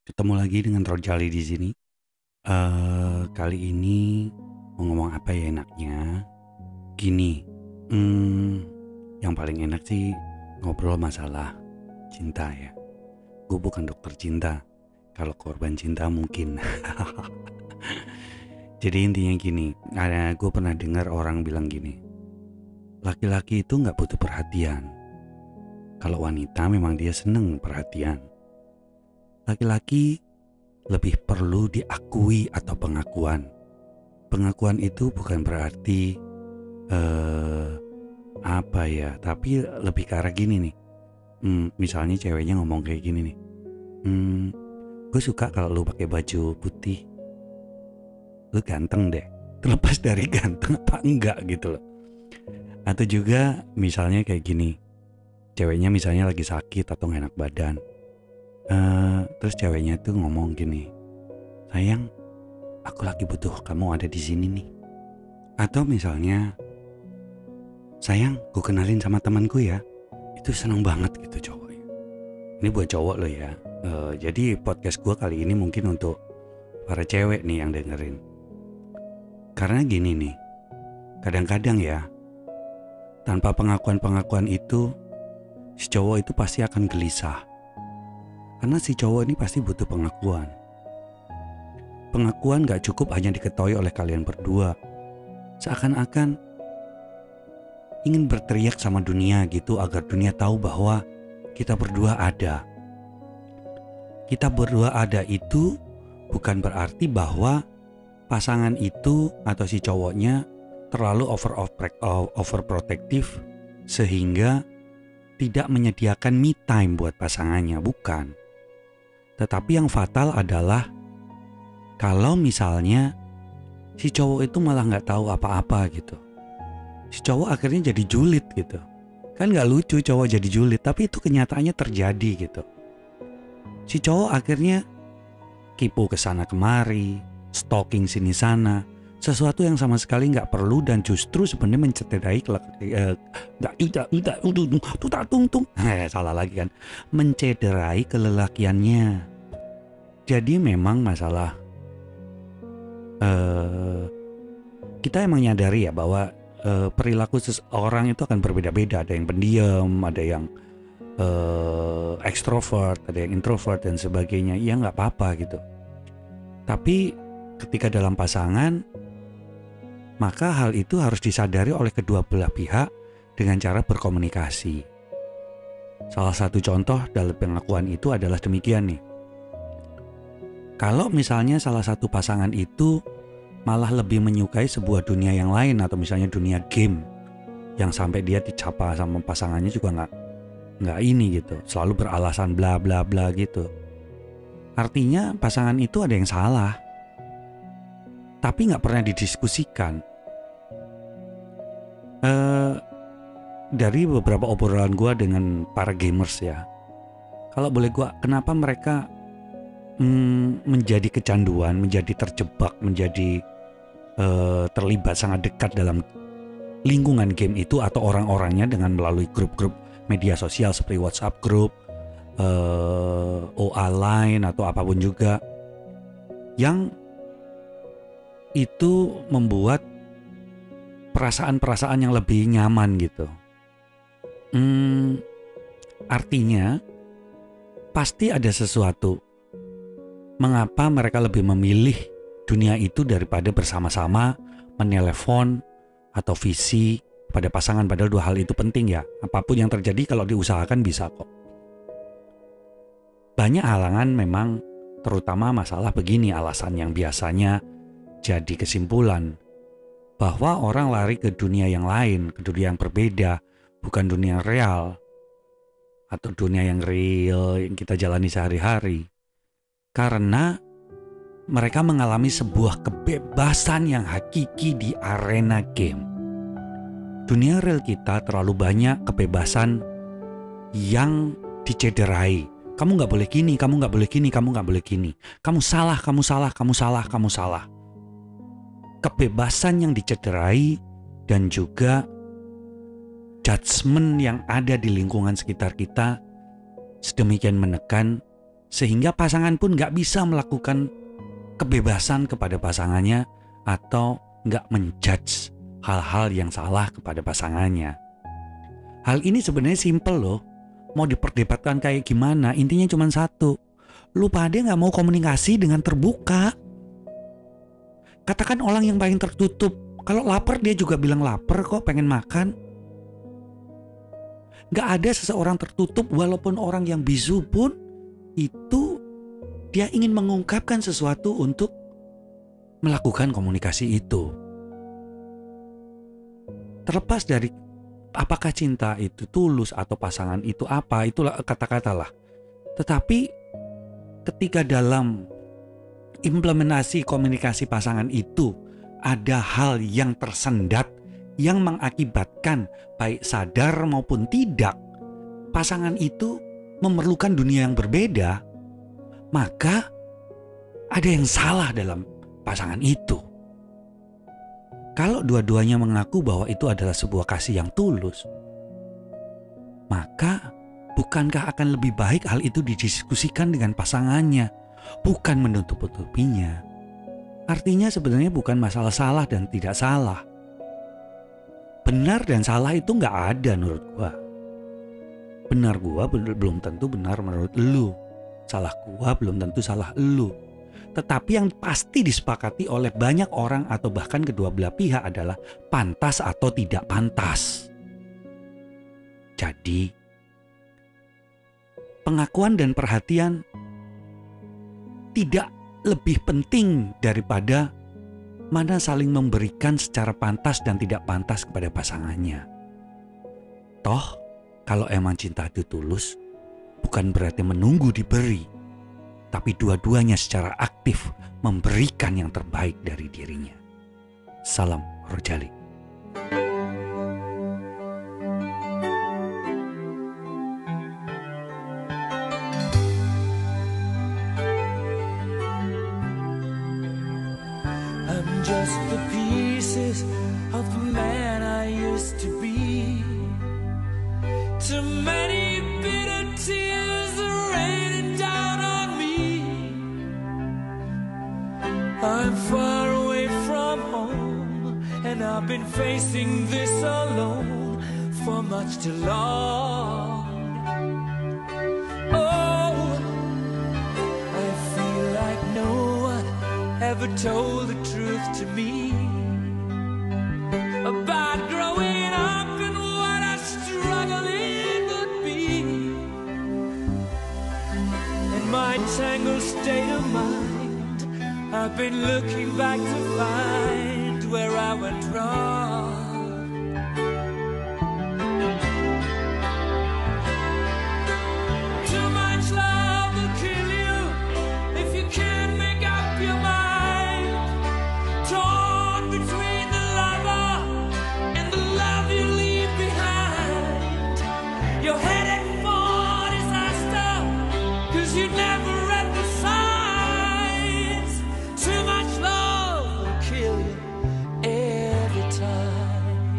Ketemu lagi dengan Rojali di sini. Kali ini mau ngomong apa ya enaknya? Gini, hmm, yang paling enak sih ngobrol masalah cinta ya. Gue bukan dokter cinta. Kalau korban cinta mungkin. Jadi intinya gini, gue pernah dengar orang bilang gini, laki-laki itu nggak butuh perhatian. Kalau wanita memang dia seneng perhatian. Laki-laki lebih perlu diakui atau pengakuan. Pengakuan itu bukan berarti eh apa ya, tapi lebih ke arah gini nih. Misalnya ceweknya ngomong kayak gini nih. Hmm, gue suka kalau lu pakai baju putih. Lu ganteng deh. Terlepas dari ganteng apa enggak gitu loh. Atau juga misalnya kayak gini. Ceweknya misalnya lagi sakit atau gak enak badan. Terus ceweknya tuh ngomong gini. Sayang, aku lagi butuh kamu ada di sini nih. Atau misalnya, sayang, gue kenalin sama temanku ya. Itu seneng banget gitu cowoknya. Ini buat cowok lo ya. Jadi podcast gue kali ini mungkin untuk para cewek nih yang dengerin. Karena gini nih, kadang-kadang ya, tanpa pengakuan-pengakuan itu, si cowok itu pasti akan gelisah. Karena si cowok ini pasti butuh pengakuan. Pengakuan gak cukup hanya diketahui oleh kalian berdua. Seakan-akan ingin berteriak sama dunia gitu agar dunia tahu bahwa kita berdua ada. Kita berdua ada itu bukan berarti bahwa pasangan itu atau si cowoknya terlalu overprotective sehingga tidak menyediakan me time buat pasangannya, bukan. Tetapi yang fatal adalah kalau misalnya si cowok itu malah gak tahu apa-apa gitu. Si cowok akhirnya jadi julid gitu. Kan gak lucu cowok jadi julid, tapi itu kenyataannya terjadi gitu. Si cowok akhirnya kipu kesana kemari, stalking sini sana, sesuatu yang sama sekali nggak perlu dan justru sebenarnya mencederai salah lagi kan, mencederai kelelakiannya. Jadi memang masalah kita emang nyadari ya bahwa perilaku seseorang itu akan berbeda-beda. Ada yang pendiam, ada yang ekstrovert, ada yang introvert dan sebagainya. Ya nggak apa-apa gitu. Tapi ketika dalam pasangan, maka hal itu harus disadari oleh kedua belah pihak dengan cara berkomunikasi. Salah satu contoh dalam pengakuan itu adalah demikian nih. Kalau misalnya salah satu pasangan itu malah lebih menyukai sebuah dunia yang lain atau misalnya dunia game yang sampai dia dicapa sama pasangannya juga nggak ini gitu, selalu beralasan bla bla bla gitu. Artinya pasangan itu ada yang salah, tapi nggak pernah didiskusikan. Dari beberapa obrolan gue dengan para gamers ya, kalau boleh gue, kenapa mereka menjadi kecanduan, menjadi terjebak, menjadi terlibat sangat dekat dalam lingkungan game itu atau orang-orangnya dengan melalui grup-grup media sosial seperti WhatsApp group, OA line atau apapun juga, yang itu membuat perasaan-perasaan yang lebih nyaman gitu. Artinya pasti ada sesuatu. Mengapa mereka lebih memilih dunia itu daripada bersama-sama menelepon atau visi pada pasangan, padahal dua hal itu penting ya. Apapun yang terjadi kalau diusahakan bisa kok. Banyak halangan memang, terutama masalah begini alasan yang biasanya jadi kesimpulan bahwa orang lari ke dunia yang lain, ke dunia yang berbeda, bukan dunia yang real atau dunia yang real yang kita jalani sehari-hari. Karena mereka mengalami sebuah kebebasan yang hakiki di arena game. Dunia real kita terlalu banyak kebebasan yang dicederai. Kamu gak boleh gini, kamu gak boleh gini, kamu gak boleh gini. Kamu salah, kamu salah, kamu salah, kamu salah. Kebebasan yang dicederai dan juga judgement yang ada di lingkungan sekitar kita sedemikian menekan Sehingga pasangan pun gak bisa melakukan kebebasan kepada pasangannya atau gak menjudge hal-hal yang salah kepada pasangannya. Hal ini sebenarnya simple loh. Mau diperdebatkan kayak gimana, intinya cuma satu. Lu pada gak mau komunikasi dengan terbuka. Katakan orang yang paling tertutup, kalau lapar dia juga bilang lapar kok, pengen makan. Gak ada seseorang tertutup, walaupun orang yang bisu pun itu dia ingin mengungkapkan sesuatu untuk melakukan komunikasi itu. Terlepas dari apakah cinta itu tulus atau pasangan itu apa, itulah kata-kata lah. Tetapi ketika dalam implementasi komunikasi pasangan itu ada hal yang tersendat yang mengakibatkan baik sadar maupun tidak pasangan itu memerlukan dunia yang berbeda, maka ada yang salah dalam pasangan itu. Kalau dua-duanya mengaku bahwa itu adalah sebuah kasih yang tulus, maka bukankah akan lebih baik hal itu didiskusikan dengan pasangannya, bukan menutup-tutupinya. Artinya sebenarnya bukan masalah salah dan tidak salah. Benar dan salah itu gak ada menurut gua. Benar gua belum tentu benar menurut lu. Salah gua belum tentu salah lu. Tetapi yang pasti disepakati oleh banyak orang atau bahkan kedua belah pihak adalah pantas atau tidak pantas. Jadi, pengakuan dan perhatian tidak lebih penting daripada mana saling memberikan secara pantas dan tidak pantas kepada pasangannya. Toh, kalau emang cinta itu tulus, bukan berarti menunggu diberi, tapi dua-duanya secara aktif memberikan yang terbaik dari dirinya. Salam Rojali. I'm just the pieces of the man I used to be. Too many bitter tears are raining down on me. I'm far away from home, and I've been facing this alone for much too long. Oh, I feel like no one ever told the truth to me about growing up and what a struggle it would be. In my tangled state of mind, I've been looking back to find where I went wrong. Too much love will kill you if you can't make up your mind. Torn between the lover and the love you leave behind. You're headed for disaster, 'cause you never read the signs. Too much love will kill you every time.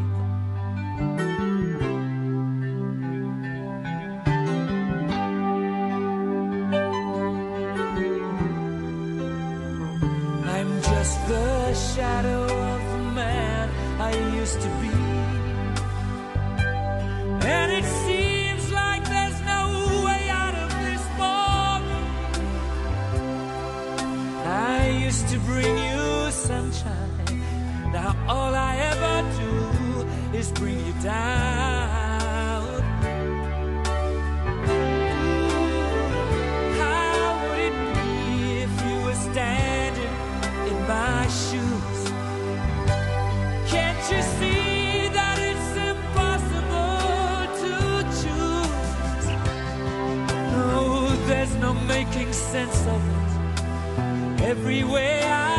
I'm just the shadow of the man I used to be, and it seems like there's no way out of this moment. I used to bring you sunshine, now all I ever do is bring you down. How would it be if you were standing in my shoes? Can't you see that it's impossible to choose? No, there's no making sense of it. Every way I